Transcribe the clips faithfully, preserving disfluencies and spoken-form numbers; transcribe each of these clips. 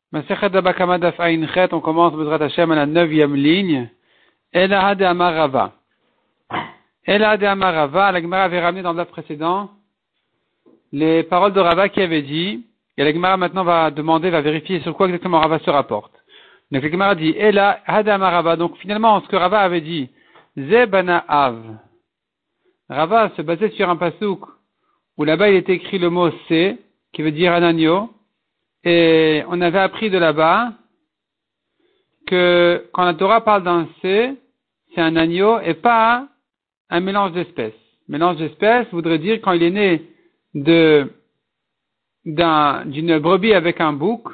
Masechet Baba Kama Daf Ayin Chet, on commence Bezrat Hashem à la neuvième ligne. Ela de Amar Rava. Ela de Amar Rava, la Gemara avait ramené dans le daf précédent les paroles de Rava qui avait dit, et la Gemara maintenant va demander, va vérifier sur quoi exactement Rava se rapporte. Donc la Gemara dit, Ela de Amar Rava, donc finalement ce que Rava avait dit, Ze Bana Av. Rava se basait sur un pasouk où là-bas il était écrit le mot C, qui veut dire un agneau. Et on avait appris de là-bas que quand la Torah parle d'un C, c'est un agneau et pas un mélange d'espèces. Mélange d'espèces voudrait dire quand il est né de, d'un, d'une brebis avec un bouc,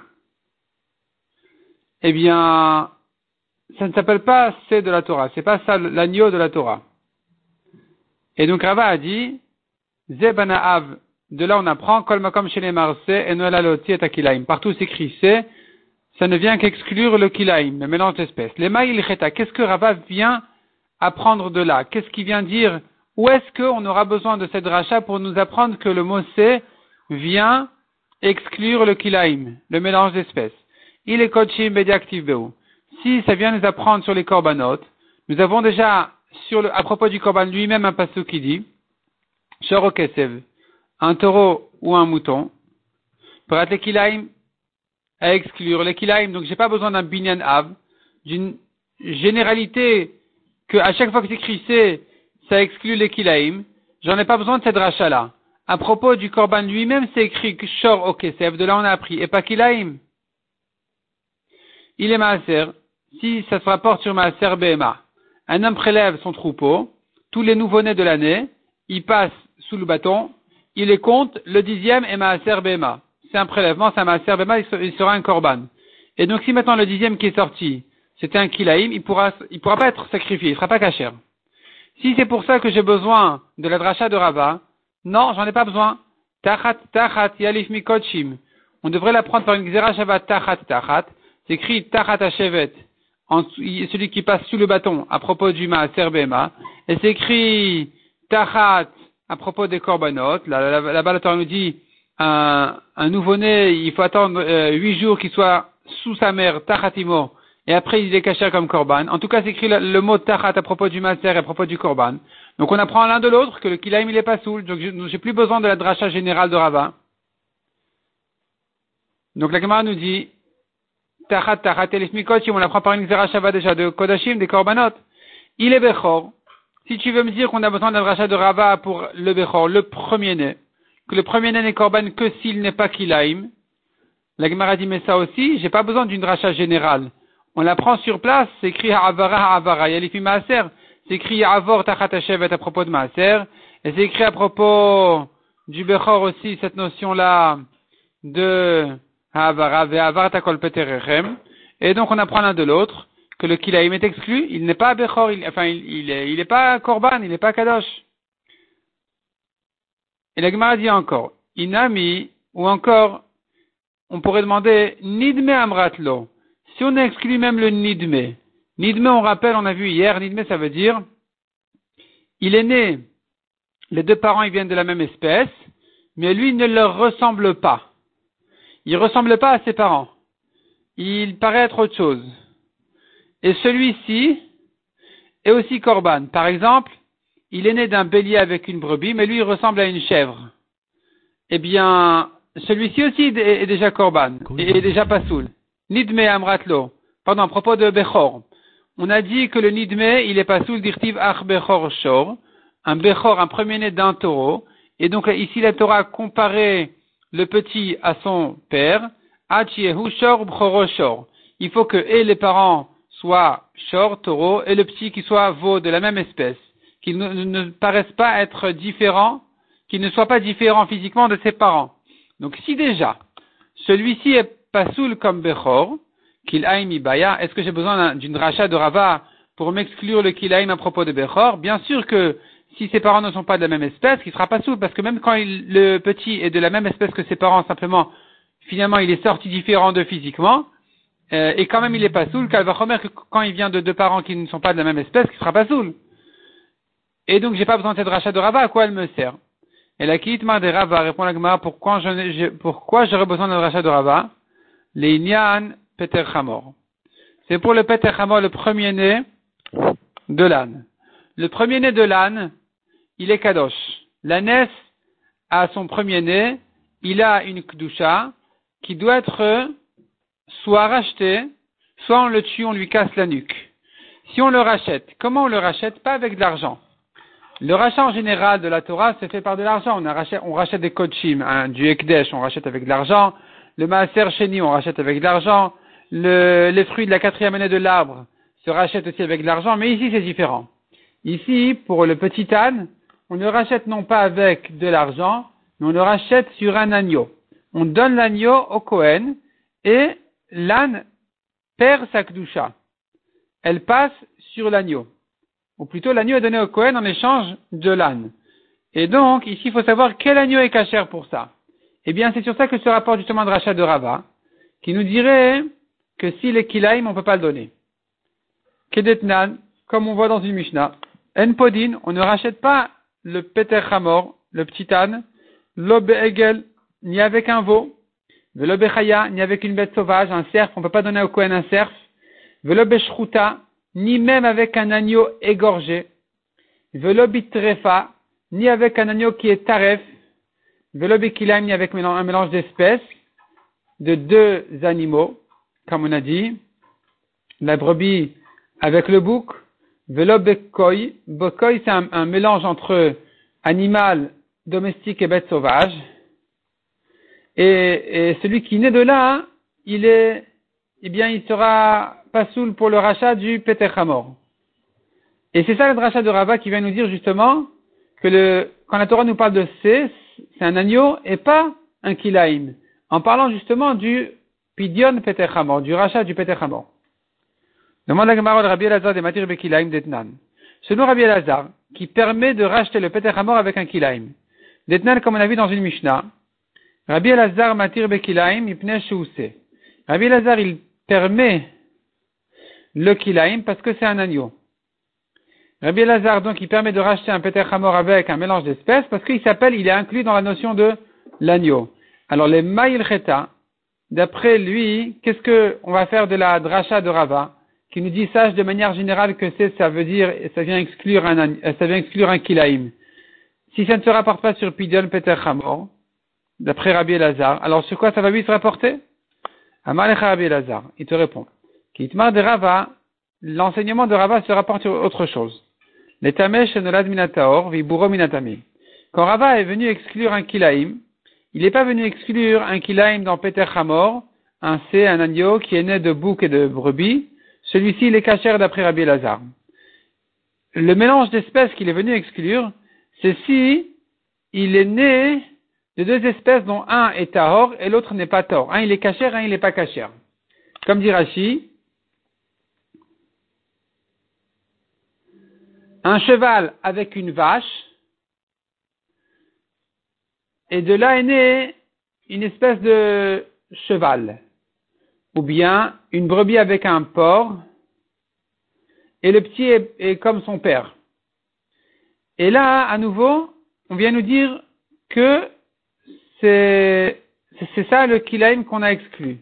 eh bien, ça ne s'appelle pas C de la Torah. C'est pas ça l'agneau de la Torah. Et donc Rava a dit, Ze Bana Av. De là, on apprend, Kol Makom chez les Marseillais, et Noël Aloti et Akilaim. Partout c'est écrit c'est, ça ne vient qu'exclure le Kilaim, le mélange d'espèces. Les Maïl Cheta, qu'est-ce que Rava vient apprendre de là? Qu'est-ce qu'il vient dire? Où est-ce qu'on aura besoin de cette rachat pour nous apprendre que le mot c'est vient exclure le Kilaim, le mélange d'espèces? Il est Kodshim Bediaktiv Beu. Si ça vient nous apprendre sur les Korbanot, nous avons déjà, sur le, à propos du Korban lui-même, un passage qui dit, Shor Kesev, un taureau ou un mouton, pour être les kilaim, à exclure les kilaim. Donc, j'ai pas besoin d'un binyan av, d'une généralité que à chaque fois que c'est écrit c'est, ça exclut les kilaim. J'en ai pas besoin de cette rachat-là. À propos du korban lui-même, c'est écrit shor au kesef, de là on a appris, et pas kilaim. Il est maaser, si ça se rapporte sur maaser behema. Un homme prélève son troupeau, tous les nouveau-nés de l'année, il passe sous le bâton, il les compte, le dixième est Maaser Bema. C'est un prélèvement, c'est un Maaser Bema, il sera un Korban. Et donc si maintenant le dixième qui est sorti, c'était un Kilaim, il pourra, il pourra pas être sacrifié, il sera pas kasher. Si c'est pour ça que j'ai besoin de la dracha de Rava, non, j'en ai pas besoin. Tachat, tachat, yalif mikotshim. On devrait la prendre par une Xera Shavat tachat, tachat. C'est écrit tachat hashevet, celui qui passe sous le bâton, à propos du Maaser Bema. Et c'est écrit tachat, à propos des korbanot, là, là, là-bas, la Torah nous dit, un, un nouveau-né, il faut attendre euh, huit jours qu'il soit sous sa mère, tachatimo, et après il est caché comme korban. En tout cas, c'est écrit le, le mot tachat à propos du maser et à propos du korban. Donc on apprend l'un de l'autre que le kilaim il est pas soul, donc j'ai, j'ai plus besoin de la dracha générale de Rava. Donc la Gemara nous dit, tachat, tachat, elif mikochim, on apprend par une xera shava déjà de kodashim, des korbanot. Il est bechor. Si tu veux me dire qu'on a besoin d'un rachat de Rava pour le Bechor, le premier-né, que le premier-né n'est korban que s'il n'est pas kilaim, la Gemara dit mais ça aussi, j'ai pas besoin d'une rachat générale. On la prend sur place, c'est écrit Ha'avara Ha'avara, Yalifi Maaser, c'est écrit Ha'avor Tachat Hashevet à propos de Maaser, et c'est écrit à propos du Bechor aussi, cette notion-là de Ha'avara Ve'avar Takol Peterechem, et donc on apprend l'un de l'autre, que le kilaim est exclu, il n'est pas bechor, il, enfin il, il, est, il est pas korban, il n'est pas kadosh. Et la Gemara dit encore, inami, ou encore, on pourrait demander nidme amratlo. Si on exclut même le nidme, nidme on rappelle, on a vu hier, nidme ça veut dire, il est né, les deux parents ils viennent de la même espèce, mais lui ne leur ressemble pas. Il ressemble pas à ses parents. Il paraît être autre chose. Et celui-ci est aussi korban. Par exemple, il est né d'un bélier avec une brebis, mais lui, il ressemble à une chèvre. Eh bien, celui-ci aussi est déjà korban, et est déjà pasoul. Nidme amratlo. Pardon, à propos de Bechor. On a dit que le nidme, il est pasoul d'irtiv ach Bechor shor. Un Bechor, un premier-né d'un taureau. Et donc, ici, la Torah a comparé le petit à son père. Achiehu shor bchoro shor. Il faut que, et les parents, soit shor, taureau, et le petit qui soit veau de la même espèce, qu'ils ne, ne paraissent pas être différents, qu'ils ne soient pas différents physiquement de ses parents. Donc si déjà, celui-ci est pasoul comme Bechor, Kilaim Ibaya, est-ce que j'ai besoin d'une rachat de Rava pour m'exclure le Kilaim à propos de Bechor? Bien sûr que si ses parents ne sont pas de la même espèce, il sera pasoul, parce que même quand il, le petit est de la même espèce que ses parents, simplement, finalement il est sorti différent d'eux physiquement, Euh, et quand même il est pas soul, qu'elle va remettre que quand il vient de deux parents qui ne sont pas de la même espèce, qu'il sera pas soul. Et donc j'ai pas besoin de cette rachat de Rava, à quoi elle me sert? Et la Kitma de Rava répond à la Gemara, pourquoi, je, pourquoi j'aurais besoin d'un rachat de Rava? L'Inyan Peter Hamor. C'est pour le Peter Hamor, le premier-né de l'âne. Le premier-né de l'âne, il est Kadosh. L'ânesse a son premier-né, il a une Kdusha qui doit être soit racheté, soit on le tue, on lui casse la nuque. Si on le rachète, comment on le rachète? Pas avec de l'argent. Le rachat en général de la Torah se fait par de l'argent. On, rachète, on rachète des kodshim, hein, du Ekdesh, on rachète avec de l'argent. Le Maaser Sheni, on rachète avec de l'argent. Le, les fruits de la quatrième année de l'arbre se rachètent aussi avec de l'argent. Mais ici, c'est différent. Ici, pour le petit âne, on le rachète non pas avec de l'argent, mais on le rachète sur un agneau. On donne l'agneau au Kohen et l'âne perd sa Kedusha. Elle passe sur l'agneau. Ou plutôt, l'agneau est donné au Kohen en échange de l'âne. Et donc, ici, il faut savoir quel agneau est cachère pour ça. Eh bien, c'est sur ça que se rapporte justement de rachat de Rava, qui nous dirait que s'il est kilaim, on ne peut pas le donner. Kedetnan, comme on voit dans une Mishnah, En Podin, on ne rachète pas le Peter Hamor, le petit âne, l'Obe Egel, ni avec un veau, l'Obe Chaya, ni avec une bête sauvage, un cerf, on ne peut pas donner au Kohen un cerf, l'Obe Shruta, ni même avec un agneau égorgé, l'Obe Trefa, ni avec un agneau qui est taref, l'Obe Kilaim, ni avec un mélange d'espèces, de deux animaux, comme on a dit, la brebis avec le bouc, Velo Bekoy. Bekoy, c'est un, un mélange entre animal domestique et bête sauvage. Et, et celui qui naît de là, il est, eh bien, il sera pas soul pour le rachat du Peter Hamor. Et c'est ça le rachat de Rava qui vient nous dire justement que le, quand la Torah nous parle de C, c'est un agneau et pas un kilaim. En parlant justement du Pidion Peter Hamor, du rachat du Peter Hamor. Demande la Gemara de Rabbi Elazar de Matir Bekilaim d'Etnan. Selon Rabbi Elazar, qui permet de racheter le Peter Hamor avec un kilaim. D'Etnan, comme on a vu dans une Mishnah, Rabbi Elazar Matir Bekilaim Ipnei Sheuseh. Rabbi Elazar, il permet le kilaim parce que c'est un agneau. Rabbi Elazar, donc, il permet de racheter un Peter Hamor avec un mélange d'espèces parce qu'il s'appelle, il est inclus dans la notion de l'agneau. Alors, les Ma'il Cheta, d'après lui, qu'est-ce que on va faire de la dracha de Rava? Qui nous dit, sache de manière générale que c'est, ça veut dire, ça vient exclure un, ça vient exclure un kilaim. Si ça ne se rapporte pas sur Pidion Peter Hamor, d'après Rabbi Elazar, alors sur quoi ça va lui se rapporter? Amalecha Rabbi Elazar, il te répond. Kitmar de Rava, l'enseignement de Rava se rapporte sur autre chose. Les tamesh nolad minataor, viburo minatamim. Quand Rava est venu exclure un kilaim, il n'est pas venu exclure un kilaim dans Peter Hamor, un C, un agneau qui est né de bouc et de brebis. Celui-ci, il est cachère d'après Rabbi Elazar. Le mélange d'espèces qu'il est venu exclure, c'est si il est né de deux espèces dont un est tahor et l'autre n'est pas tahor. Un, il est cachère, un, il n'est pas cachère. Comme dit Rashi, un cheval avec une vache, et de là est né une espèce de cheval. Ou bien une brebis avec un porc, et le petit est, est comme son père. Et là, à nouveau, on vient nous dire que c'est, c'est ça le kilaim qu'on a exclu.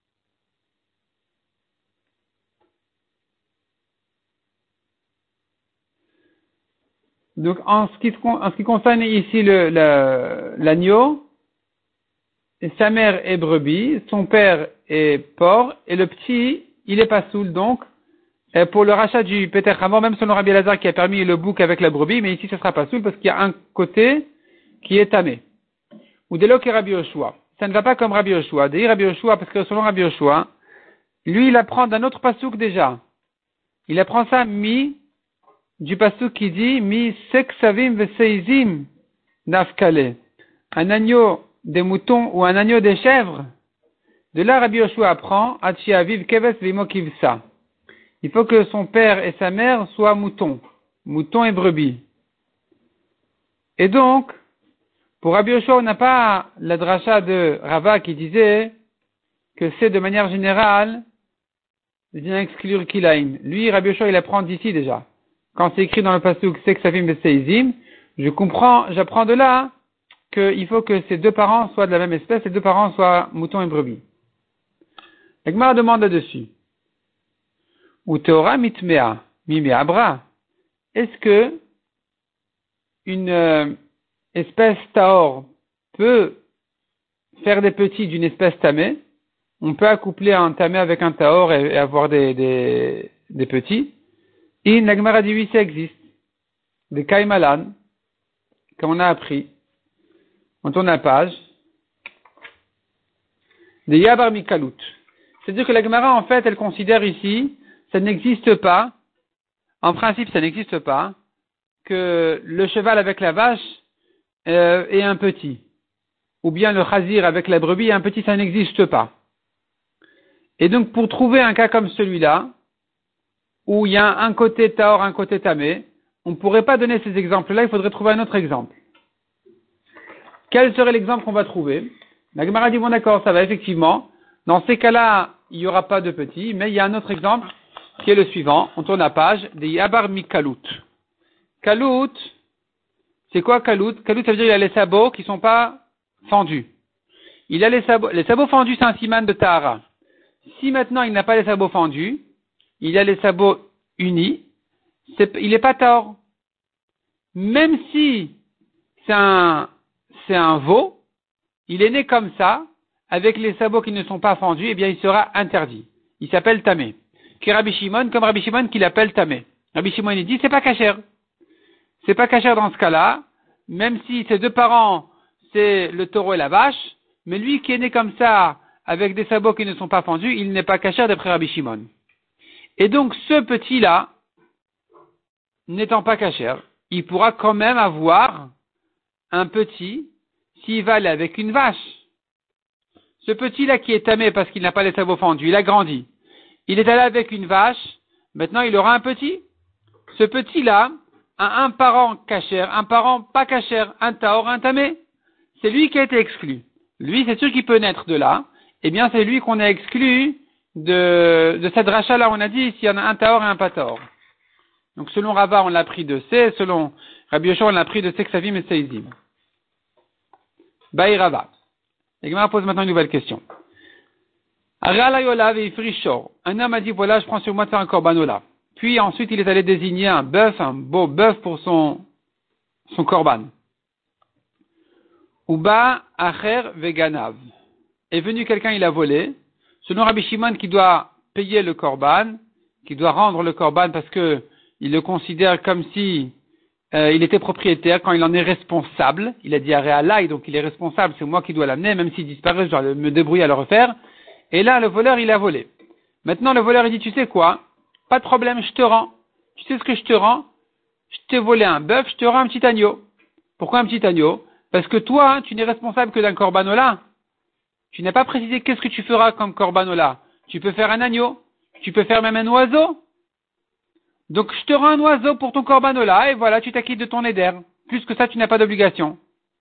Donc, en ce qui, en ce qui concerne ici le, le, l'agneau, sa mère est brebis, son père est porc, et le petit, il est pas soul, donc, pour le rachat du Peter Hamor, même selon Rabbi Elazar qui a permis le bouc avec la brebis, mais ici ce sera pas soul parce qu'il y a un côté qui est tamé. Ou de l'eau Rabbi Yoshua. Ça ne va pas comme Rabbi Yoshua. D'ailleurs Rabbi Yoshua, parce que selon Rabbi Yoshua, lui il apprend d'un autre pasouk déjà. Il apprend ça mi, du pasouk qui dit, mi seksavim veseizim nafkale. Un agneau des moutons ou un agneau des chèvres, de là Rabbi Yoshua apprend Atchi aviv keves vimo kivsa. Il faut que son père et sa mère soient moutons, moutons et brebis. Et donc, pour Rabbi Yoshua, on n'a pas la dracha de Rava qui disait que c'est de manière générale vient exclure kilaim. Lui, Rabbi Yoshua, il apprend d'ici déjà. Quand c'est écrit dans le pasuk seksavim beseizim, je comprends, j'apprends de là qu'il faut que ces deux parents soient de la même espèce, et deux parents soient moutons et brebis. La Gemara demande là-dessus. Ou Teora mitmea, mimea bra. Est-ce que une euh, espèce taor peut faire des petits d'une espèce tamée? On peut accoupler un tamé avec un taor et, et avoir des, des, des petits. Et la Gemara dit oui, ça existe. Des kaimalan, comme on a appris. On tourne la page. Des yabar mikalout. C'est-à-dire que la Gemara, en fait, elle considère ici, ça n'existe pas, en principe, ça n'existe pas, que le cheval avec la vache euh, est un petit. Ou bien le chazir avec la brebis est un petit, ça n'existe pas. Et donc, pour trouver un cas comme celui-là, où il y a un côté taor, un côté tamé, on ne pourrait pas donner ces exemples-là, il faudrait trouver un autre exemple. Quel serait l'exemple qu'on va trouver? La Gemara dit, bon d'accord, ça va effectivement. Dans ces cas-là, il n'y aura pas de petit, mais il y a un autre exemple qui est le suivant. On tourne la page, des yabar mi kalout. Kalout, c'est quoi kalout? Kalout, ça veut dire qu'il a les sabots qui ne sont pas fendus. Il a les sabots, les sabots fendus, c'est un siman de tahara. Si maintenant il n'a pas les sabots fendus, il a les sabots unis, c'est, il n'est pas tahor. Même si c'est un, c'est un veau, il est né comme ça, avec les sabots qui ne sont pas fendus, eh bien il sera interdit. Il s'appelle tamé. Qui Rabbi Shimon, comme Rabbi Shimon qui l'appelle tamé. Rabbi Shimon il dit c'est pas kasher. C'est pas kasher dans ce cas-là, même si ses deux parents c'est le taureau et la vache, mais lui qui est né comme ça, avec des sabots qui ne sont pas fendus, il n'est pas kasher d'après Rabbi Shimon. Et donc ce petit-là, n'étant pas kasher, il pourra quand même avoir un petit s'il va aller avec une vache. Ce petit-là qui est tamé parce qu'il n'a pas les sabots fendus, il a grandi. Il est allé avec une vache, maintenant il aura un petit. Ce petit-là a un parent kasher, un parent pas kasher, un taor, un tamé. C'est lui qui a été exclu. Lui, c'est sûr qu'il peut naître de là. Eh bien, c'est lui qu'on a exclu de, de cette rachat-là. On a dit s'il y en a un taor et un pas taor. Donc, selon Rava, on l'a pris de C. Selon Rabbi Yoshua, on l'a pris de Seksavim et Seizim. Baï Rava. Et Gemara pose maintenant une nouvelle question. Un homme a dit, voilà, je prends sur moi de faire un korbanola. Puis ensuite, il est allé désigner un bœuf, un beau bœuf pour son, son korban. Uba acher veganav. Est venu quelqu'un, il a volé. Selon Rabbi Shimon, qui doit payer le korban, qui doit rendre le korban parce que il le considère comme si euh, il était propriétaire quand il en est responsable. Il a dit arrêt à l'ail, donc il est responsable, c'est moi qui dois l'amener, même s'il disparaît, je dois me débrouiller à le refaire. Et là, le voleur, il a volé. Maintenant, le voleur, il dit, tu sais quoi? Pas de problème, je te rends. Tu sais ce que je te rends? Je t'ai volé un bœuf, je te rends un petit agneau. Pourquoi un petit agneau? Parce que toi, hein, tu n'es responsable que d'un korbanola. Tu n'as pas précisé qu'est-ce que tu feras comme korbanola. Tu peux faire un agneau. Tu peux faire même un oiseau. Donc, je te rends un oiseau pour ton korbanola, et voilà, tu t'acquittes de ton éder. Plus que ça, tu n'as pas d'obligation.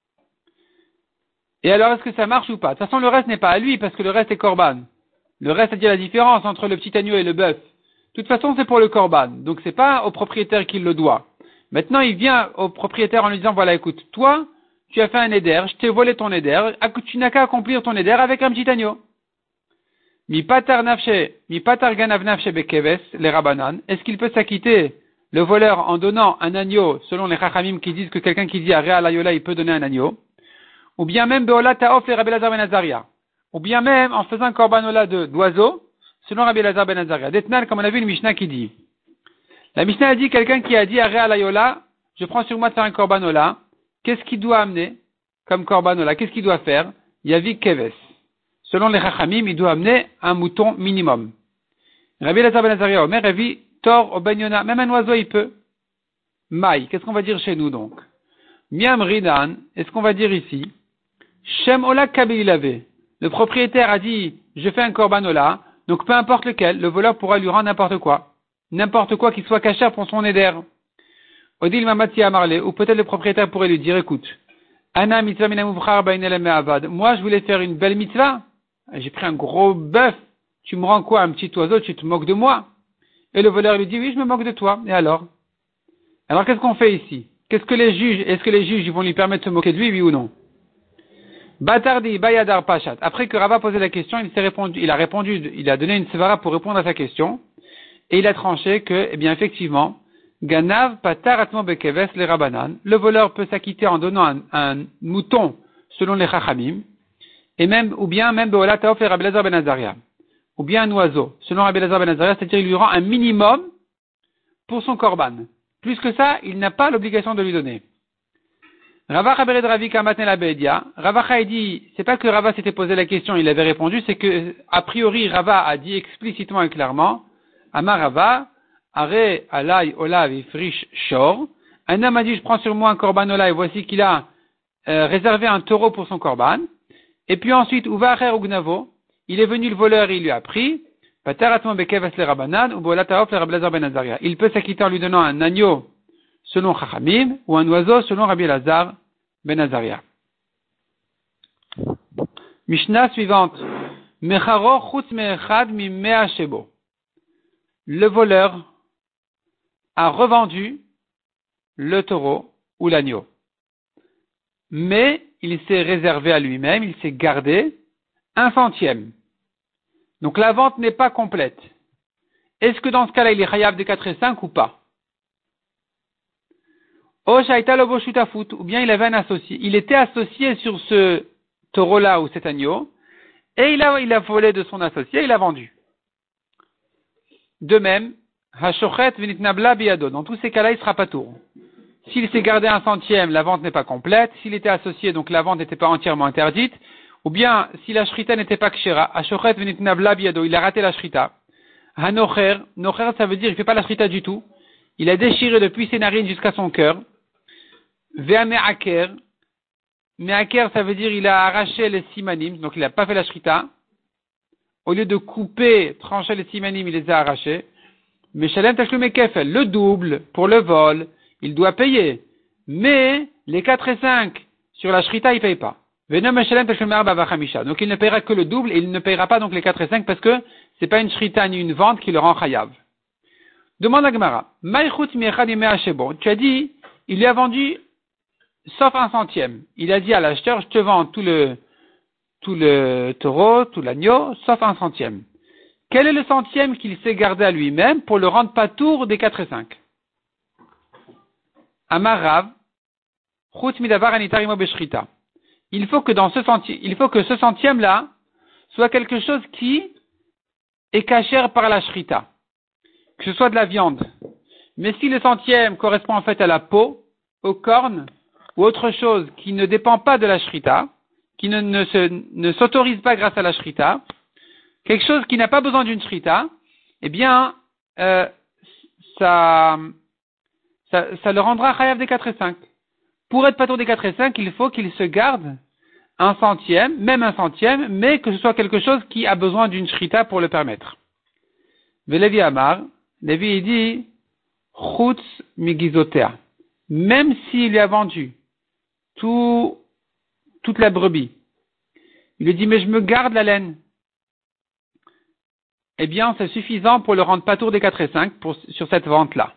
Et alors, est-ce que ça marche ou pas? De toute façon, le reste n'est pas à lui, parce que le reste est korban. Le reste, c'est-à-dire la différence entre le petit agneau et le bœuf. De toute façon, c'est pour le korban. Donc, c'est pas au propriétaire qu'il le doit. Maintenant, il vient au propriétaire en lui disant, voilà, écoute, toi, tu as fait un éder, je t'ai volé ton éder, tu n'as qu'à accomplir ton éder avec un petit agneau. Mi patar nafshe, mi patar ganav nafshe bekeves, les rabanan. Est-ce qu'il peut s'acquitter, le voleur, en donnant un agneau, selon les chachamim qui disent que quelqu'un qui dit arrêt à l'ayola, il peut donner un agneau? Ou bien même beola taof les Rabbi Elazar ben Azaria. Ou bien même en faisant un korbanola de, d'oiseau, selon Rabbi Elazar ben Azaria. D'Etnan, comme on a vu une Mishnah qui dit. La Mishnah a dit, quelqu'un qui a dit arrêt à l'ayola, je prends sur moi de faire un korbanola, qu'est-ce qu'il doit amener comme korbanola? Qu'est-ce qu'il doit faire? Yavi keves. Selon les chachamim, il doit amener un mouton minimum. Rabbi Elazar ben Azaria, Omer, Ravi, tor au banyona, même un oiseau il peut. Maï, qu'est-ce qu'on va dire chez nous donc? Miam ridan, est-ce qu'on va dire ici? Shem ola kabilave. Le propriétaire a dit, je fais un korbanola, donc peu importe lequel, le voleur pourra lui rendre n'importe quoi. N'importe quoi qui soit caché pour son éder. Odil mamati amarle, ou peut-être le propriétaire pourrait lui dire, écoute, Ana mitzvah minamuvchar bainelem me'avad. Moi, je voulais faire une belle mitzvah. J'ai pris un gros bœuf. Tu me rends quoi, un petit oiseau? Tu te moques de moi? Et le voleur lui dit, oui, je me moque de toi. Et alors? Alors, qu'est-ce qu'on fait ici? Qu'est-ce que les juges, est-ce que les juges, ils vont lui permettre de se moquer de lui, oui ou non? Batardi Bayadar Pachat. Après que Rava a posé la question, il s'est répondu, il a répondu, il a donné une svara pour répondre à sa question, et il a tranché que, eh bien, effectivement, Ganav Patar Atmo Bekeves les Rabanan, le voleur peut s'acquitter en donnant un, un mouton selon les Chachamim, et même, ou bien, même Beola Taof et Rabbi Elazar ben Azaria, ou bien un oiseau, selon Rabbi Elazar ben Azaria, c'est-à-dire il lui rend un minimum pour son korban. Plus que ça, il n'a pas l'obligation de lui donner. Rava Bered Ravi Kamatne la Bedia. Rava a dit, c'est pas que Rava s'était posé la question, il avait répondu, c'est que, a priori, Rava a dit explicitement et clairement, Amar Rava, Are Alay Olav Ifrish Shor. Un homme a dit, je prends sur moi un korban Ola et voici qu'il a euh, réservé un taureau pour son korban. Et puis ensuite, Uvacher Ugnavo, il est venu le voleur et il lui a pris, Pataratman Bekeves le Rabanan, ou Bolataof le Rablazer ben Azaria. Il peut s'acquitter en lui donnant un agneau selon Chachamim, ou un oiseau selon Rabbi Elazar ben Azaria. Mishnah suivante. Mecharo chutz me'echad mimea shebo. Le voleur a revendu le taureau ou l'agneau. Mais il s'est réservé à lui-même, il s'est gardé un centième. Donc la vente n'est pas complète. Est-ce que dans ce cas-là, il est chayav de quatre et cinq ou pas? Ou bien il avait un associé. Il était associé sur ce taureau-là ou cet agneau, et il a, il a volé de son associé, il a vendu. De même, hashochet v'nitnabla biyado. Dans tous ces cas-là, il sera pas tour. S'il s'est gardé un centième, la vente n'est pas complète. S'il était associé, donc la vente n'était pas entièrement interdite. Ou bien, si la shrita n'était pas kshera, hashochet v'nitnabla biyado, il a raté la shrita. Hanocher, nocher, ça veut dire, il fait pas la shrita du tout. Il a déchiré depuis ses narines jusqu'à son cœur. Vea me'aker. Me'aker, ça veut dire, il a arraché les simanim, donc il n'a pas fait la shrita. Au lieu de couper, trancher les simanim, il les a arrachés. Mais shalem tashlume kefel, le double pour le vol, il doit payer. Mais les quatre et cinq sur la shrita, il ne paye pas. Venom shalem tashlume arba vachamisha. Donc il ne payera que le double et il ne payera pas donc les quatre et cinq parce que c'est pas une shrita ni une vente qui le rend chayav. Demande à Gemara. Maïchut miechad yimea shebo. Tu as dit, il lui a vendu sauf un centième. Il a dit à l'acheteur, je te vends tout le tout le taureau, tout l'agneau, sauf un centième. Quel est le centième qu'il s'est gardé à lui-même pour le rendre patour des quatre et cinq? Amarav, chutz midavar anitarimo beshrita. Il faut que dans ce centième, il faut que ce centième-là soit quelque chose qui est cachère par la shrita. Que ce soit de la viande. Mais si le centième correspond en fait à la peau, aux cornes, ou autre chose qui ne dépend pas de la shrita, qui ne, ne, se, ne s'autorise pas grâce à la shrita, quelque chose qui n'a pas besoin d'une shrita, eh bien, euh, ça, ça, ça le rendra chayav des quatre et cinq. Pour être patour des quatre et cinq, il faut qu'il se garde un centième, même un centième, mais que ce soit quelque chose qui a besoin d'une shrita pour le permettre. Velevi Amar, Lévi il dit, chutz migizotea. Même s'il lui a vendu tout, toute la brebis, il lui dit, mais je me garde la laine. Eh bien, c'est suffisant pour le rendre patour des quatre et cinq pour, sur cette vente-là.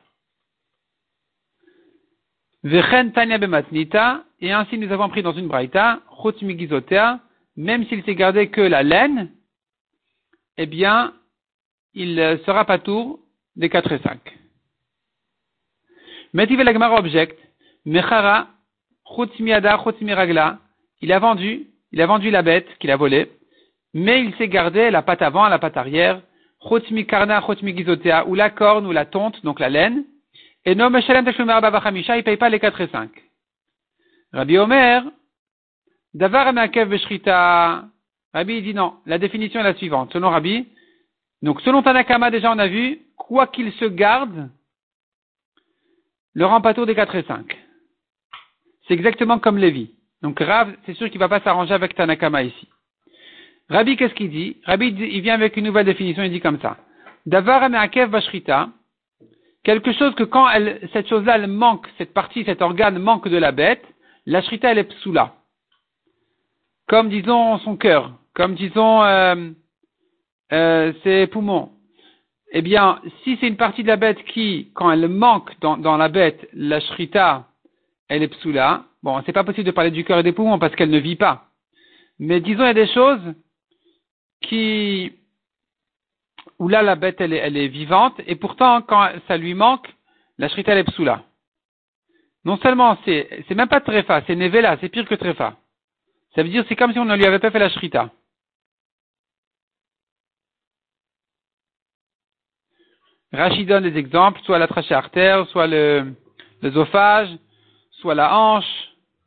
Vechen tanya bematnita, et ainsi nous avons pris dans une braïta, chutz migizotea, même s'il s'est gardé que la laine, eh bien, il sera patour des quatre et cinq. Metiv la Gemara objecte, mechara, chutz miada, chutz miragla, il a vendu, il a vendu la bête qu'il a volée, mais il s'est gardé la patte avant, la patte arrière, chutz mikarna, chutz migizotea, ou la corne, ou la tonte, donc la laine, et non, meshalem tashlume arba vachamisha, il paye pas les quatre et cinq. Rabbi Omer, davar me'akev beshrita, Rabbi dit non, la définition est la suivante, selon Rabbi, donc selon Tanakama déjà on a vu, quoi qu'il se garde, le rend patour des quatre et cinq. C'est exactement comme Lévi. Donc Rav, c'est sûr qu'il ne va pas s'arranger avec Tanakama ici. Rabbi, qu'est-ce qu'il dit? Rabbi, il vient avec une nouvelle définition, il dit comme ça. Davar me'akev bashrita, quelque chose que quand elle, cette chose-là, elle manque, cette partie, cet organe manque de la bête, la shrita, elle est psoula. Comme, disons, son cœur, comme, disons, euh, euh, ses poumons. Eh bien, si c'est une partie de la bête qui, quand elle manque dans, dans la bête, la shrita, elle est psoula. Bon, c'est pas possible de parler du cœur et des poumons parce qu'elle ne vit pas. Mais disons, il y a des choses qui, où là, la bête, elle est, elle est vivante, et pourtant, quand ça lui manque, la shrita, elle est psoula. Non seulement, c'est, c'est même pas tréfa, c'est nevela, c'est pire que tréfa. Ça veut dire, c'est comme si on ne lui avait pas fait la shrita. Rachid donne des exemples, soit la trachée artère, soit le, l'œsophage, soit la hanche,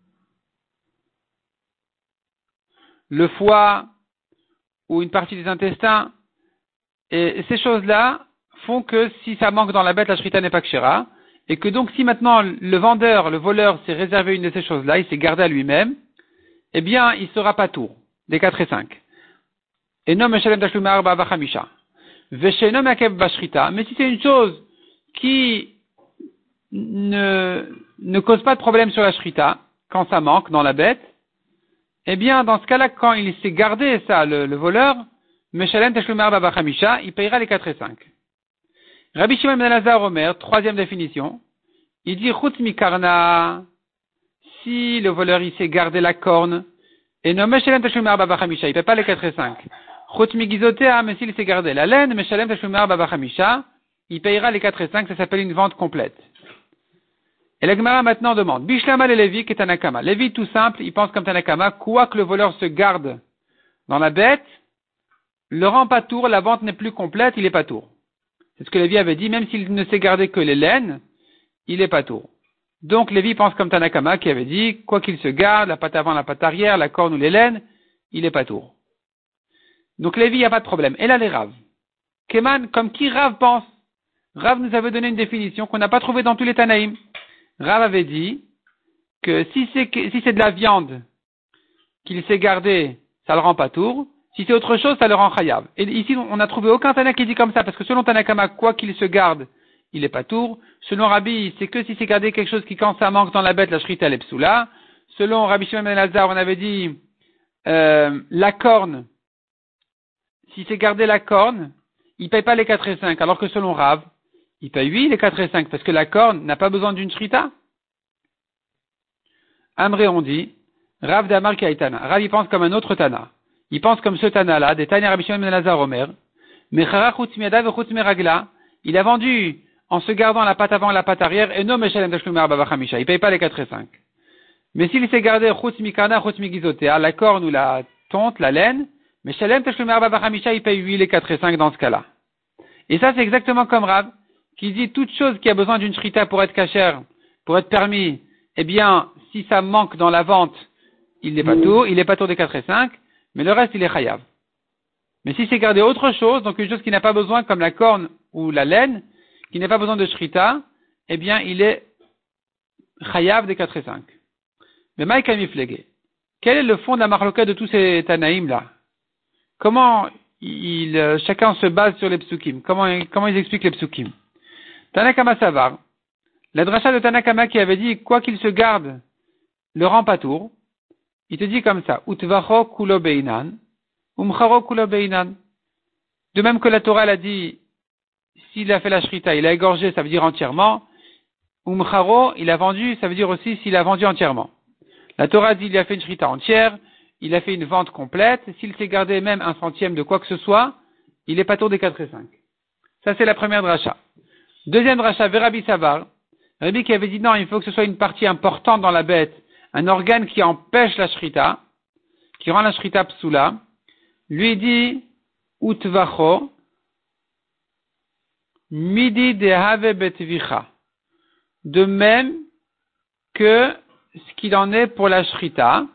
le foie, ou une partie des intestins. Et ces choses-là font que si ça manque dans la bête, la shrita n'est pas kshera. Et que donc si maintenant le vendeur, le voleur s'est réservé une de ces choses-là, il s'est gardé à lui-même, eh bien, il sera pas tour, des quatre et cinq. Et non, meshalem tashlum arba vachamisha. Veshenom yakev bashrita. Mais si c'est une chose qui ne, ne cause pas de problème sur la shrita, quand ça manque dans la bête, eh bien, dans ce cas-là, quand il s'est gardé ça, le, le voleur, meshalem tashlum arba vachamisha, il payera les quatre et cinq. Rabbi Shimon ben Elazar Omer, troisième définition, il dit chutz mikarna, si le voleur il s'est gardé la corne, et non meshalem tashlum arba vachamisha, il paye pas les quatre et cinq. Chutz migizotea, mais s'il s'est gardé la laine, meshalem tashlum arba vachamisha, il payera les quatre et cinq, ça s'appelle une vente complète. Et la Gemara maintenant demande, Bishlama le Lévi qui est Tanakama. Lévi tout simple, il pense comme Tanakama, quoi que le voleur se garde dans la bête, le rend pas tour, la vente n'est plus complète, il est pas tour. C'est ce que Lévi avait dit, même s'il ne s'est gardé que les laines, il est pas tour. Donc Lévi pense comme Tanakama qui avait dit, quoi qu'il se garde, la patte avant, la patte arrière, la corne ou les laines, il est pas tour. Donc Lévi, il n'y a pas de problème. Et là les Rav. Keman, comme qui Rav pense? Rav nous avait donné une définition qu'on n'a pas trouvée dans tous les Tanaïm. Rav avait dit que si c'est, si c'est de la viande qu'il s'est gardé, ça le rend pas tour. Si c'est autre chose, ça le rend chayav. Et ici, on n'a trouvé aucun Tana qui dit comme ça, parce que selon Tanakama, quoi qu'il se garde, il est pas tour. Selon Rabbi, c'est que si c'est gardé quelque chose qui, quand ça manque dans la bête, la shrita, elle est psoula. Selon Rabbi Shimon ben Elazar, on avait dit, euh, la corne, si c'est gardé la corne, il paye pas les quatre et cinq, alors que selon Rav, il paye huit les quatre et cinq, parce que la corne n'a pas besoin d'une shrita. Amré, on dit, Rav d'Amar Kaitana. Rav, il pense comme un autre Tana. Il pense comme ce Tana-là, des Tanya Rabbi Shimon ben Elazar Omer. Mechara chutz miadav chutz meragla. Il a vendu en se gardant la patte avant et la patte arrière, et non meshalem tashlum arba vachamisha. Il paye pas les quatre et cinq. Mais s'il s'est gardé chutz mikana chutz migizotea, la corne ou la tonte, la laine, meshalem tashlum arba vachamisha, il paye huit les quatre et cinq dans ce cas-là. Et ça, c'est exactement comme Rav, qui dit toute chose qui a besoin d'une shrita pour être cachère, pour être permis, eh bien, si ça manque dans la vente, il n'est pas tour, il n'est pas tour des quatre et cinq, mais le reste, il est chayav. Mais si c'est gardé autre chose, donc une chose qui n'a pas besoin, comme la corne ou la laine, qui n'a pas besoin de shrita, eh bien, il est chayav des quatre et cinq. Mais Maïk Amiflegé, quel est le fond de la marloquette de tous ces Tanaïm là? Comment il, chacun se base sur les psukim? Comment, comment ils expliquent les psukim? Tanakama Savar, la dracha de Tanakama qui avait dit, quoi qu'il se garde, le rend pas tour, il te dit comme ça, Utvacho kulo beinan, umcharo kulo beinan. De même que la Torah l'a dit, s'il a fait la shrita, il a égorgé, ça veut dire entièrement, umcharo, il a vendu, ça veut dire aussi s'il a vendu entièrement. La Torah dit, il a fait une shrita entière, il a fait une vente complète, s'il s'est gardé même un centième de quoi que ce soit, il est pas tour des quatre et cinq. Ça c'est la première dracha. Deuxième dracha, Verabi Savar, Rabbi qui avait dit non, il faut que ce soit une partie importante dans la bête, un organe qui empêche la shrita, qui rend la shrita psoula, lui dit, utvacho, midi de have betvicha. De même que ce qu'il en est pour la shrita,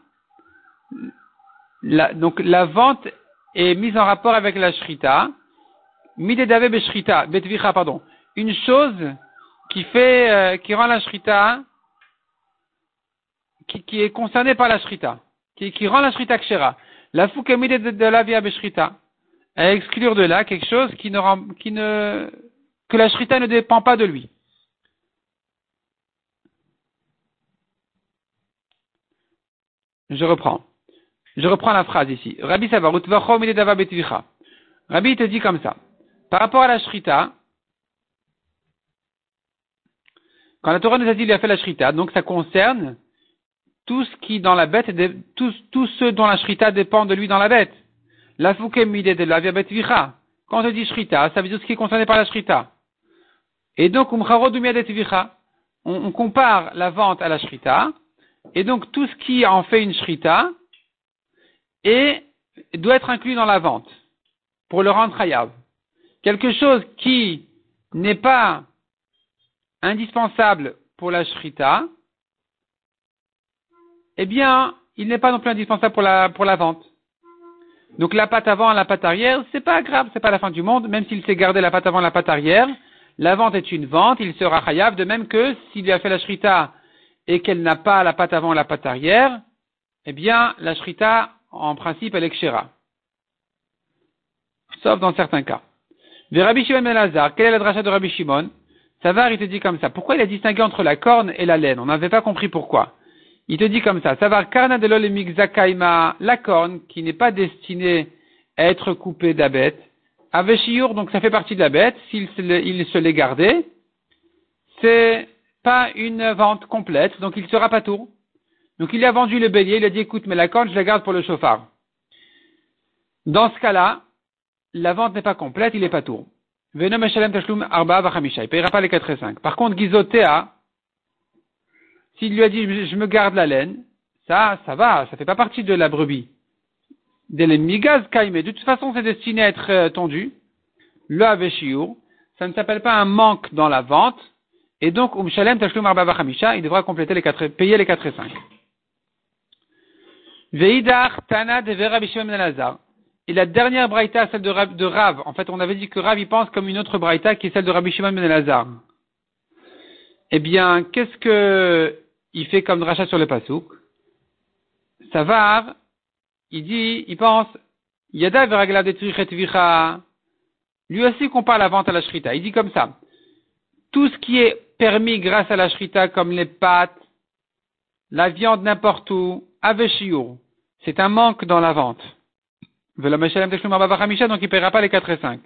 la, donc la vente est mise en rapport avec la shrita, midi de have betvicha, betvicha, pardon, une chose qui fait, euh, qui rend la shrita, Qui, qui est concerné par la shrita, qui, qui rend la shrita kshera. La foukamide de, de la via beshrita. À exclure de là quelque chose qui ne rend, qui ne, que la shrita ne dépend pas de lui. Je reprends. Je reprends la phrase ici. Rabbi Savar, utvacho mide dava betvicha. Rabbi te dit comme ça. Par rapport à la shrita, quand la Torah nous a dit qu'il a fait la shrita, donc ça concerne tout ce qui dans la bête, tous, tous ceux dont la shrita dépend de lui dans la bête. La fukemide de la viabet vicha. Quand on dit shrita, ça veut dire ce qui est concerné par la shrita. Et donc, umcharodumiadet vicha. On, on compare la vente à la shrita. Et donc, tout ce qui en fait une shrita et doit être inclus dans la vente pour le rendre chayav. Quelque chose qui n'est pas indispensable pour la shrita, eh bien, il n'est pas non plus indispensable pour la, pour la vente. Donc la patte avant et la patte arrière, c'est pas grave, c'est pas la fin du monde, même s'il sait garder la patte avant et la patte arrière, la vente est une vente, il sera chayav, de même que s'il lui a fait la shrita et qu'elle n'a pas la patte avant et la patte arrière, eh bien, la shrita, en principe, elle est kshera. Sauf dans certains cas. De Rabbi Shimon ben Elazar, quelle est la dracha de Rabbi Shimon? Savar, il te dit comme ça. Pourquoi il a distingué entre la corne et la laine? On n'avait pas compris pourquoi. Il te dit comme ça. Savar, karna de l'ol migzakaima, la corne, qui n'est pas destinée à être coupée d'abet. Aveshiyur, donc ça fait partie de la bête. S'il se, il se l'est gardé, c'est pas une vente complète, donc il sera pas tour. Donc il a vendu le bélier, il a dit écoute, mais la corne, je la garde pour le chauffard. Dans ce cas-là, la vente n'est pas complète, il est pas tour. Venom Eshalem Tashlum Arba Vachamisha, il paiera pas les quatre et cinq. Par contre, Gizotea, s'il lui a dit je me garde la laine, ça, ça va, ça fait pas partie de la brebis. De l'emigaz kaime, de toute façon c'est destiné à être euh, tondu. Le aveshiyur, ça ne s'appelle pas un manque dans la vente, et donc Umshalem Tashlum Arba Vachamisha, il devra compléter les quatre, payer les quatre et cinq. Veidar Tana de Rabbi Shimon ben Elazar. Et la dernière braïta, celle de Rav, de Rav. En fait, on avait dit que Rav, il pense comme une autre braïta qui est celle de Rabbi Shimon ben Elazar. Eh bien, qu'est-ce que il fait comme drachat sur le pasouk? Savar, il dit, il pense, Yada veragla de trichet vicha. Lui aussi compare la vente à la shrita. Il dit comme ça. Tout ce qui est permis grâce à la shrita, comme les pâtes, la viande n'importe où, aveshiyur, c'est un manque dans la vente. Donc il ne paiera pas les quatre et cinq.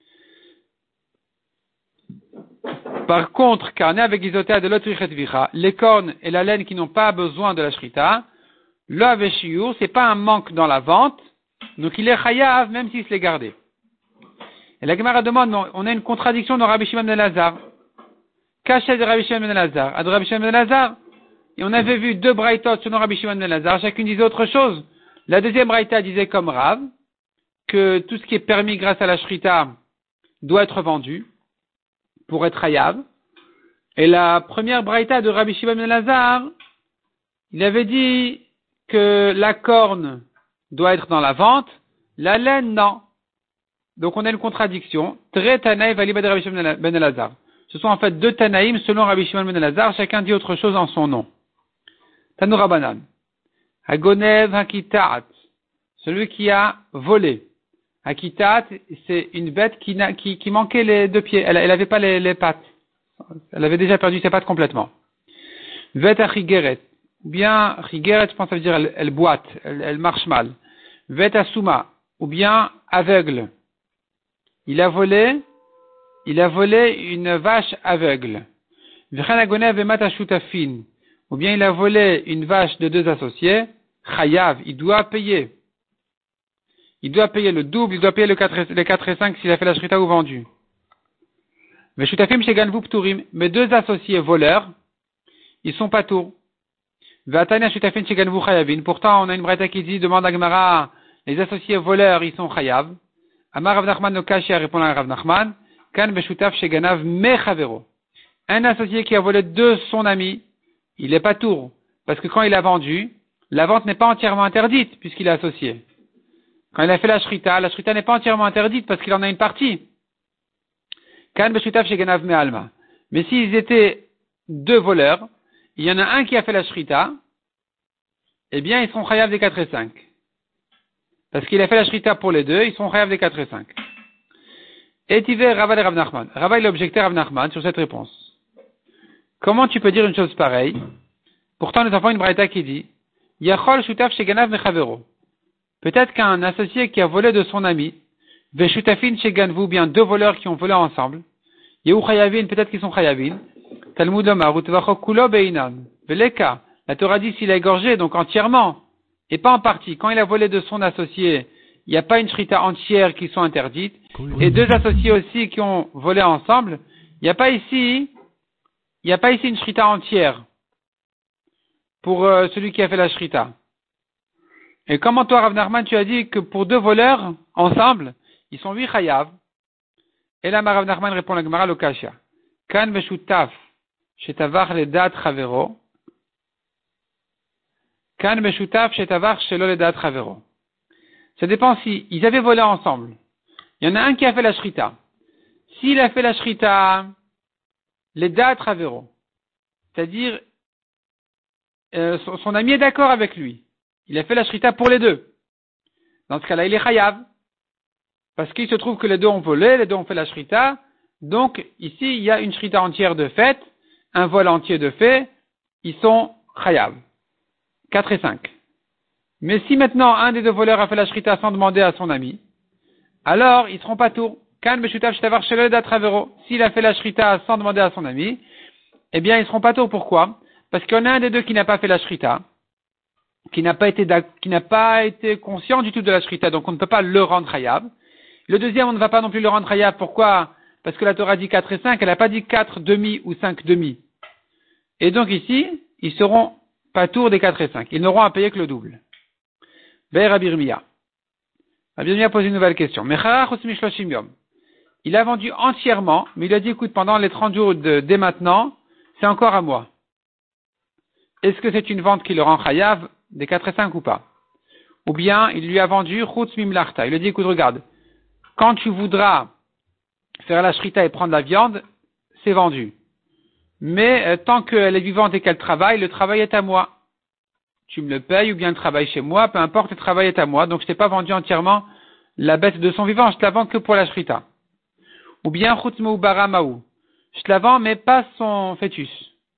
Par contre, carné avec isotea de l'autre vicha, les cornes et la laine qui n'ont pas besoin de la shrita, le aveshiyur, c'est pas un manque dans la vente, donc il est chayav même s'il se l'est gardé. Et la Gemara demande, on a une contradiction dans Rabbi Shimon ben Elazar. Caché de Rabbi Shimon ben Elazar, à de Rabbi Shimon ben Elazar, et on avait vu deux braïtot selon Rabbi Shimon ben Elazar, chacune disait autre chose. La deuxième braïta disait comme Rav, que tout ce qui est permis grâce à la shrita doit être vendu pour être hayav. Et la première braïta de Rabbi Shimon ben Elazar, il avait dit que la corne doit être dans la vente, la laine non. Donc on a une contradiction. Tre Tanaï valibad Rabbi Shimon ben Elazar. Ce sont en fait deux Tanaïm selon Rabbi Shimon ben Elazar, chacun dit autre chose en son nom. Tanu Rabbanan. Hagonev hakitat. Celui qui a volé. Hakitat, c'est une bête qui, n'a, qui, qui manquait les deux pieds. Elle n'avait pas les, les pattes. Elle avait déjà perdu ses pattes complètement. Vet achigeret. Ou bien, chigeret, je pense que ça veut dire elle, elle boite, elle, elle marche mal. Vet asuma. Ou bien aveugle. Il a volé, il a volé une vache aveugle. V'chen hagonev emat ashutafin. Ou bien il a volé une vache de deux associés. Chayav, il doit payer. Il doit payer le double, il doit payer le quatre, les quatre et cinq s'il a fait la shrita ou vendu. Mais shutafim chez Ganvu Pturim, mes deux associés voleurs, ils sont pas tours. Vatania shutafim chez Ganvu Chayavin. Pourtant, on a une braïta qui dit, demande à Gemara, les associés voleurs, ils sont chayav. Amar Rav Nachman no Kashia répond à Rav Nachman, kan beshutaf chez Ganav me chavero. Un associé qui a volé de son ami, il est pas tour. Parce que quand il a vendu, la vente n'est pas entièrement interdite, puisqu'il est associé. Quand il a fait la shrita, la shrita n'est pas entièrement interdite parce qu'il en a une partie. Kan beshutaf chez Ganav me alma. Mais s'ils étaient deux voleurs, il y en a un qui a fait la shrita, eh bien, ils seront chayav des quatre et cinq. Parce qu'il a fait la shrita pour les deux, ils seront chayav des quatre et cinq. Et Tivé Rava de Rav Nachman. Rava, il a objecté Rav Nachman sur cette réponse. Comment tu peux dire une chose pareille? Pourtant, nous avons une braïta qui dit, Yachol shutaf chez Ganav me chavero. Peut-être qu'un associé qui a volé de son ami, Veshutafin chez Ganvu, bien deux voleurs qui ont volé ensemble, Yehu Chayavin, peut-être qu'ils sont Chayavin, Talmud Omar, Utvachok Kulo Beinan, Veleka, La Torah dit s'il a égorgé, donc entièrement, et pas en partie. Quand il a volé de son associé, il n'y a pas une shrita entière qui sont interdites. Et deux associés aussi qui ont volé ensemble, il n'y a pas ici, il n'y a pas ici une shrita entière pour euh, celui qui a fait la shrita. Et comment toi, Rav Nachman, tu as dit que pour deux voleurs ensemble, ils sont huit chayav. Et là, Rav Nachman répond à la Gemara Lokashia. Kan meshutaf shetavach ledat chavero. Kan meshutaf shetavach shelo ledat chavero. Ça dépend si ils avaient volé ensemble. Il y en a un qui a fait la shrita. S'il a fait la shrita, ledat chavero, c'est-à-dire euh, son, son ami est d'accord avec lui. Il a fait la shrita pour les deux. Dans ce cas-là, il est chayav. Parce qu'il se trouve que les deux ont volé, les deux ont fait la shrita. Donc, ici, il y a une shrita entière de fait, un vol entier de fait. Ils sont chayav. quatre et cinq. Mais si maintenant, un des deux voleurs a fait la shrita sans demander à son ami, alors, ils seront pas tours. Kan meshutav shetavar shelo ledat chavero. S'il a fait la shrita sans demander à son ami, eh bien, ils seront pas tours. Pourquoi? Parce qu'il y en a un des deux qui n'a pas fait la shrita, qui n'a pas été, qui n'a pas été conscient du tout de la shrita, donc on ne peut pas le rendre chayav. Le deuxième, on ne va pas non plus le rendre chayav. Pourquoi? Parce que la Torah dit quatre et cinq, elle n'a pas dit quatre demi ou cinq demi. Et donc ici, ils seront pas tours des quatre et cinq. Ils n'auront à payer que le double. Be'er Rabbi Yirmiyah. Rabbi Yirmiyah pose une nouvelle question. Il a vendu entièrement, mais il a dit, écoute, pendant les trente jours de, dès maintenant, c'est encore à moi. Est-ce que c'est une vente qui le rend chayav des quatre et cinq ou pas? Ou bien, il lui a vendu chutz mimlarta. Il lui a dit, écoute, regarde, quand tu voudras faire la shrita et prendre la viande, c'est vendu. Mais euh, tant qu'elle est vivante et qu'elle travaille, le travail est à moi. Tu me le payes ou bien le travail chez moi, peu importe, le travail est à moi. Donc je t'ai pas vendu entièrement la bête de son vivant, je te la vends que pour la shrita. Ou bien chutz meubara maou. Je te la vends mais pas son fœtus.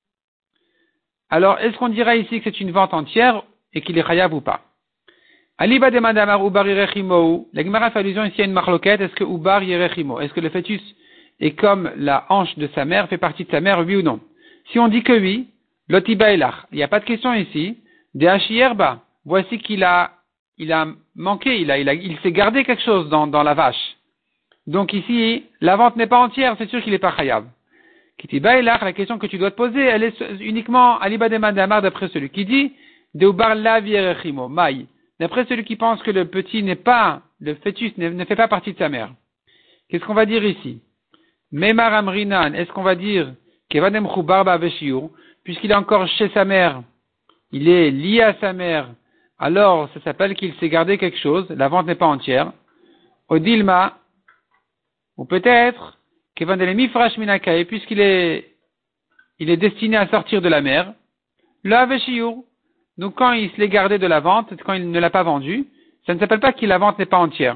Alors est-ce qu'on dirait ici que c'est une vente entière et qu'il est chayav ou pas? Aliba demande à Mar Ubar Yerechimo. La Gemara fait allusion ici à une marloquette. Est-ce que Ubar Yerechimo, est-ce que le fœtus est comme la hanche de sa mère, fait partie de sa mère, oui ou non? Si on dit que oui, Lotiba Elach. Il n'y a pas de question ici. De Hachierba. Voici qu'il a, il a manqué, il a, il a, il s'est gardé quelque chose dans, dans la vache. Donc ici, la vente n'est pas entière, c'est sûr qu'il n'est pas chayav. Kitiba Elach, la question que tu dois te poser, elle est uniquement Aliba demande à Mar d'après celui qui dit de Ubar Lav Yerechimo. Maï. D'après celui qui pense que le petit n'est pas, le fœtus ne, ne fait pas partie de sa mère. Qu'est-ce qu'on va dire ici? Memar Amrinan, est-ce qu'on va dire Kevanem Chubarba Veshiur, puisqu'il est encore chez sa mère, il est lié à sa mère, alors ça s'appelle qu'il s'est gardé quelque chose, la vente n'est pas entière. Odilma, ou peut-être Kevandelemi Frash Minakae, puisqu'il est, il est destiné à sortir de la mer, la Veshiur. Donc quand il se l'est gardé de la vente, quand il ne l'a pas vendu, ça ne s'appelle pas que la vente n'est pas entière.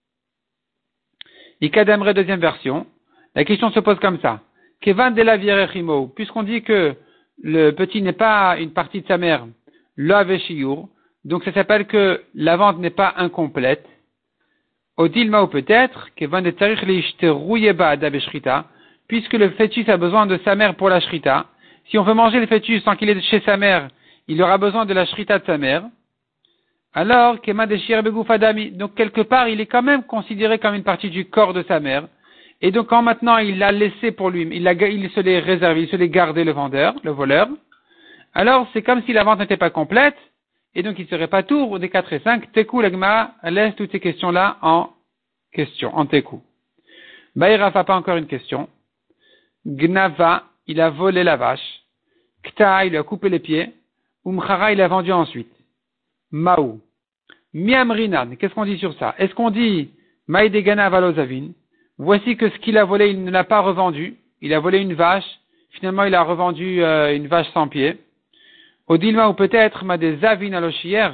Ikadamre, deuxième version, la question se pose comme ça. Kevan de la vierechimo, puisqu'on dit que le petit n'est pas une partie de sa mère, la veshiur, donc ça s'appelle que la vente n'est pas incomplète. Odilma ou peut-être, Kevan de tarich leishterouyeba adabeshrita, puisque le fœtus a besoin de sa mère pour la shrita. Si on veut manger le fœtus sans qu'il est chez sa mère, il aura besoin de la shrita de sa mère. Alors, Kema Deshir Begoufadami, donc quelque part, il est quand même considéré comme une partie du corps de sa mère. Et donc, quand maintenant il l'a laissé pour lui, il, l'a, il se l'est réservé, il se l'est gardé le vendeur, le voleur. Alors, c'est comme si la vente n'était pas complète, et donc il serait pas tour des quatre et cinq. Tekou, l'Agma, laisse toutes ces questions-là en question, en Tekou. Baïra n'a pas encore une question. Gnava, il a volé la vache. Kta, il a coupé les pieds. Umchara, il a vendu ensuite. Maou. Miamrinan, qu'est-ce qu'on dit sur ça? Est-ce qu'on dit Maïdegana Valozavin? Voici que ce qu'il a volé, il ne l'a pas revendu. Il a volé une vache. Finalement, il a revendu euh, une vache sans pied. Odilma ou peut-être Madezavin Alochier.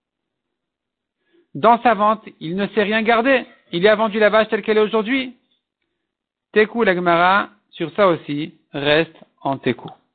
Dans sa vente, il ne s'est rien gardé. Il a vendu la vache telle qu'elle est aujourd'hui. Tekou, la Gemara, sur ça aussi, reste en Tekou.